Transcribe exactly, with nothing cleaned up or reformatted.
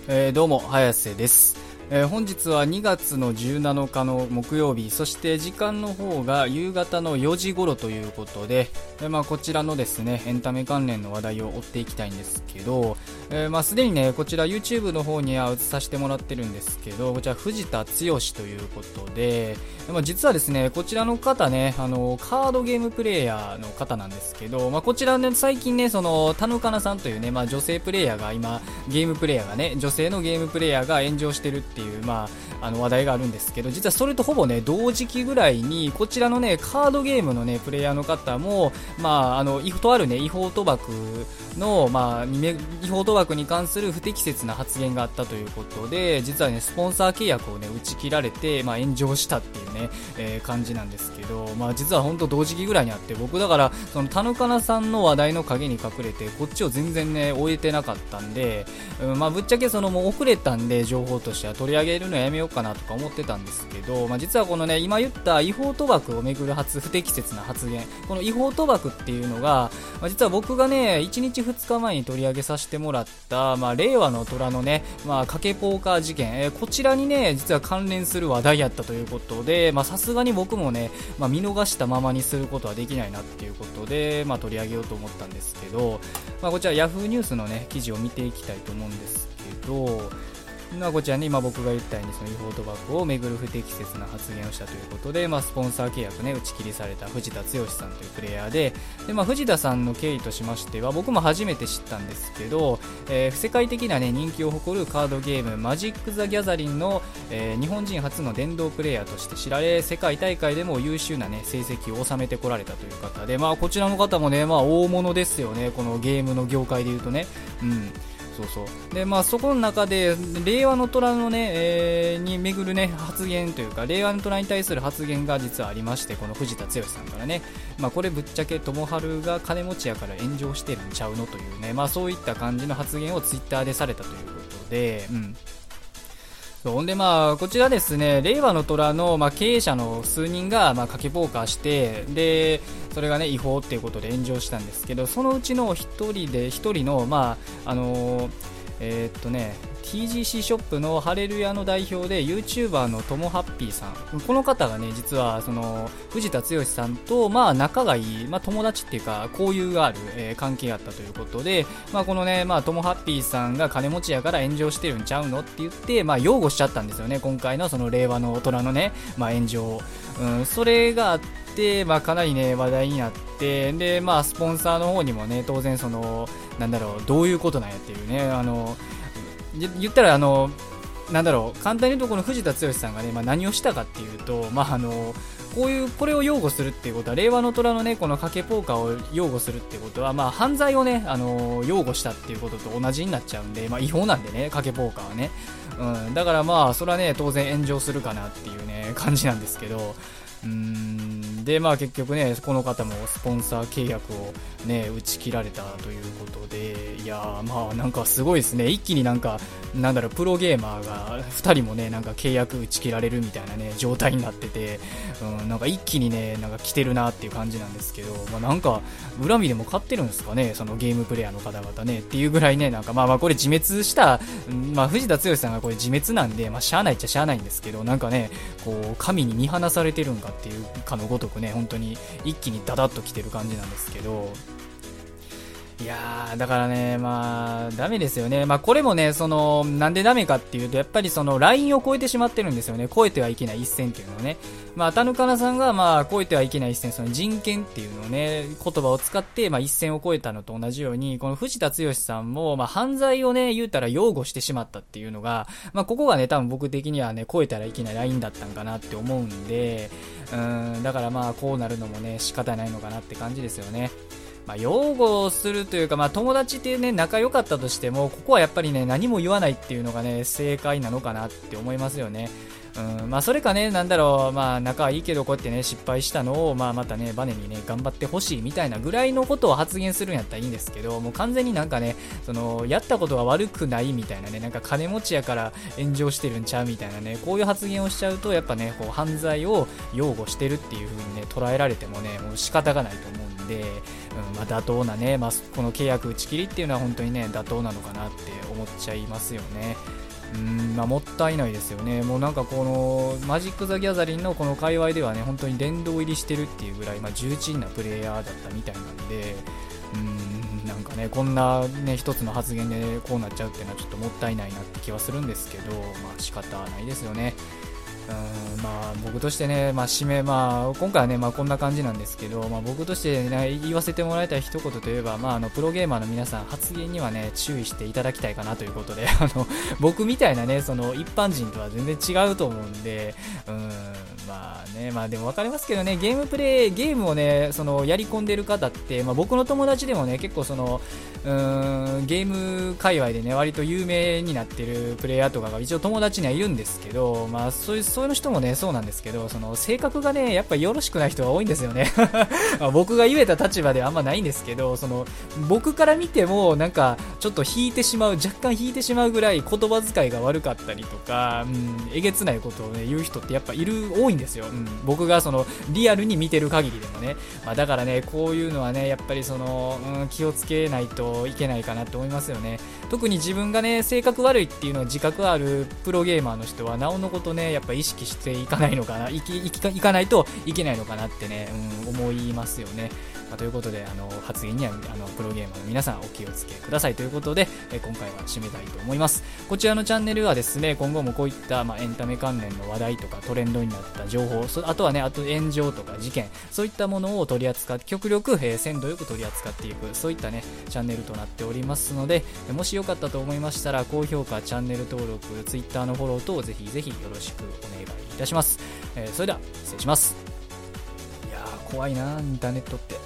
えー、どうも早瀬です。えー、本日はにがつのじゅうなのかの木曜日、そして時間の方が夕方のよじ頃ということで、えーまあ、こちらのですねエンタメ関連の話題を追っていきたいんですけど、えーまあ、すでにねこちら YouTube の方には映させてもらってるんですけど、こちら藤田剛ということで、まあ、実はですねこちらの方ねあのカードゲームプレイヤーの方なんですけど、まあ、こちらね最近ねその田野かなさんというね、まあ、女性プレイヤーが今ゲームプレイヤーがね女性のゲームプレイヤーが炎上してるっていう、まあ、あの話題があるんですけど、実はそれとほぼね同時期ぐらいにこちらのねカードゲームのねプレイヤーの方も、まあ、あのとあるね違法賭博の、まあ、違法賭博に関する不適切な発言があったということで、実はねスポンサー契約をね打ち切られて、まあ、炎上したっていうね、えー、感じなんですけど、まあ、実は本当同時期ぐらいにあって、僕だからその田野かなさんの話題の陰に隠れてこっちを全然ね終えてなかったんで、うん、まあ、ぶっちゃけそのもう遅れたんで情報としては取り上げるのやめようかなとか思ってたんですけど、まあ、実はこのね今言った違法賭博をめぐる発不適切な発言、この違法賭博っていうのが、まあ、実は僕がねいちにちふつかまえに取り上げさせてもらった、まあ、令和の虎のね、まあ、賭けポーカー事件、えー、こちらにね実は関連する話題やったということで、さすがに僕もね、まあ、見逃したままにすることはできないなっていうことで、まあ、取り上げようと思ったんですけど、まあ、こちらヤフーニュースのね記事を見ていきたいと思うんですけど、まあ、こちらに今僕が言ったようにその違法賭博をめぐる不適切な発言をしたということで、まあ、スポンサー契約ね打ち切りされた藤田剛さんというプレイヤーで、で、まあ、藤田さんの経緯としましては僕も初めて知ったんですけど、えー、世界的な、ね、人気を誇るカードゲームマジック・ザ・ギャザリンの、えー、日本人初の電動プレイヤーとして知られ、世界大会でも優秀な、ね、成績を収めてこられたという方で、まあ、こちらの方もね、まあ、大物ですよね、このゲームの業界でいうとね。うんそうそうで、まあ、そこの中で令和の虎のね、えー、に巡るね発言というか、令和の虎に対する発言が実はありまして、この藤田剛さんからね、まあ、これぶっちゃけ友春が金持ちやから炎上してるんちゃうのというね、まあ、そういった感じの発言をツイッターでされたということで、うんほんでまあこちらですね、令和の虎のまあ経営者の数人がまあ賭けポーカーして、でそれがね違法っていうことで炎上したんですけど、そのうちの一人で一人のまああのー、えー、っとね ティージーシー ショップのハレルヤの代表で YouTuber のともハッピーさん、この方がね実はその藤田剛さんとまあ仲がいい、まあ、友達っていうか交友がある、えー、関係あったということで、まあ、このねまあともハッピーさんが金持ちやから炎上してるんちゃうのって言ってまあ擁護しちゃったんですよね、今回のその令和の大人のね、まあ、炎上、うん、それがあってまあかなりね話題になって、でまあスポンサーの方にもね当然そのなんだろうどういうことなんやっていうね、あの言ったらあのなんだろう簡単に言うとこの藤田剛さんがね、まあ、何をしたかっていうと、まああのこういうこれを擁護するっていうことは、令和の虎のねこの賭けポーカーを擁護するっていうことは、まあ犯罪をねあの擁護したっていうことと同じになっちゃうんで、まあ違法なんでね賭けポーカーはね、うん、だからまあそれはね当然炎上するかなっていうね感じなんですけど、うーんでまあ結局ねこの方もスポンサー契約をね打ち切られたということで、いやーまあなんかすごいですね、一気になんかなんだろうプロゲーマーがふたりもねなんか契約打ち切られるみたいなね状態になってて、うん、なんか一気にねなんか来てるなっていう感じなんですけど、まあ、なんか恨みでも買ってるんですかねそのゲームプレイヤーの方々ねっていうぐらいね、なんかまあまあこれ自滅した、まあ藤田剛さんがこれ自滅なんで、まあしゃあないっちゃしゃあないんですけど、なんかねこう神に見放されてるんかっていうかのごとくね本当に一気にダダッと来てる感じなんですけど、いやーだからねまあダメですよね。まあこれもねそのなんでダメかっていうと、やっぱりそのラインを超えてしまってるんですよね、超えてはいけない一線っていうのをね、まあ田野かなさんがまあ超えてはいけない一線、その人権っていうのをね言葉を使ってまあ一線を超えたのと同じように、この藤田剛さんもまあ犯罪をね言うたら擁護してしまったっていうのが、まあここがね多分僕的にはね超えたらいけないラインだったんかなって思うんで、うーんだからまあこうなるのもね仕方ないのかなって感じですよね。まあ、擁護するというか、まあ、友達ってね仲良かったとしても、ここはやっぱりね何も言わないっていうのがね正解なのかなって思いますよね。 うん、まあそれかね、なんだろう、まあ仲はいいけどこうやってね失敗したのを、まあまたねバネにね頑張ってほしいみたいなぐらいのことを発言するんやったらいいんですけど、もう完全になんかね、そのやったことが悪くないみたいなね、なんか金持ちやから炎上してるんちゃうみたいなね、こういう発言をしちゃうとやっぱね、こう犯罪を擁護してるっていう風にね捉えられてもね、もう仕方がないと思うんで、うん、まあ妥当なね、まあこの契約打ち切りっていうのは本当にね妥当なのかなって思っちゃいますよね。うん、まあ、もったいないですよね。もうなんかこのマジック・ザ・ギャザリンのこの界隈ではね、本当に殿堂入りしてるっていうぐらい、まあ、重鎮なプレイヤーだったみたいなんで、うん、なんかね、こんなね、一つの発言で、ね、こうなっちゃうっていうのはちょっともったいないなって気はするんですけど、まあ仕方ないですよね。うん、まあ僕としてね、まあ締め、まあ今回はね、まあこんな感じなんですけど、まあ僕としてね、言わせてもらいたい一言といえば、まああのプロゲーマーの皆さん発言にはね、注意していただきたいかなということで、あの、僕みたいなね、その一般人とは全然違うと思うんで、うん、まあね、まあでも分かりますけどね、ゲームプレイ、ゲームをね、そのやり込んでる方って、まあ僕の友達でもね、結構その、うーん、ゲーム界隈でね、割と有名になってるプレイヤーとかが一応友達にはいるんですけど、まあそういう、そういう人もね、そうなんですけど、その性格がね、やっぱよろしくない人が多いんですよね。僕が言えた立場ではあんまないんですけど、その、僕から見ても、なんか、ちょっと引いてしまう、若干引いてしまうぐらい言葉遣いが悪かったりとか、うん、えげつないことをね、言う人ってやっぱいる、多いんですよ。うん、僕がその、リアルに見てる限りでもね。まあだからね、こういうのはね、やっぱりその、うん、気をつけないといけないかなと思いますよね。特に自分がね、性格悪いっていうのを自覚あるプロゲーマーの人は、なおのことね、やっぱ意識していかないのかな、いき、いき、いかないといけないのかなってね、うん、思いますよね。まあ、ということで、あの、発言には、あの、プロゲーマーの皆さんお気をつけくださいということで、え今回は締めたいと思います。こちらのチャンネルはですね、今後もこういった、まあ、エンタメ関連の話題とかトレンドになった情報、あとはね、あと炎上とか事件、そういったものを取り扱って、極力、えー、鮮度よく取り扱っていく、そういったね、チャンネルとなっておりますので、もしよかったと思いましたら、高評価、チャンネル登録、Twitter のフォロー等、ぜひぜひよろしくお願いいたします。えー、それでは、失礼します。いやー、怖いな、インターネットって。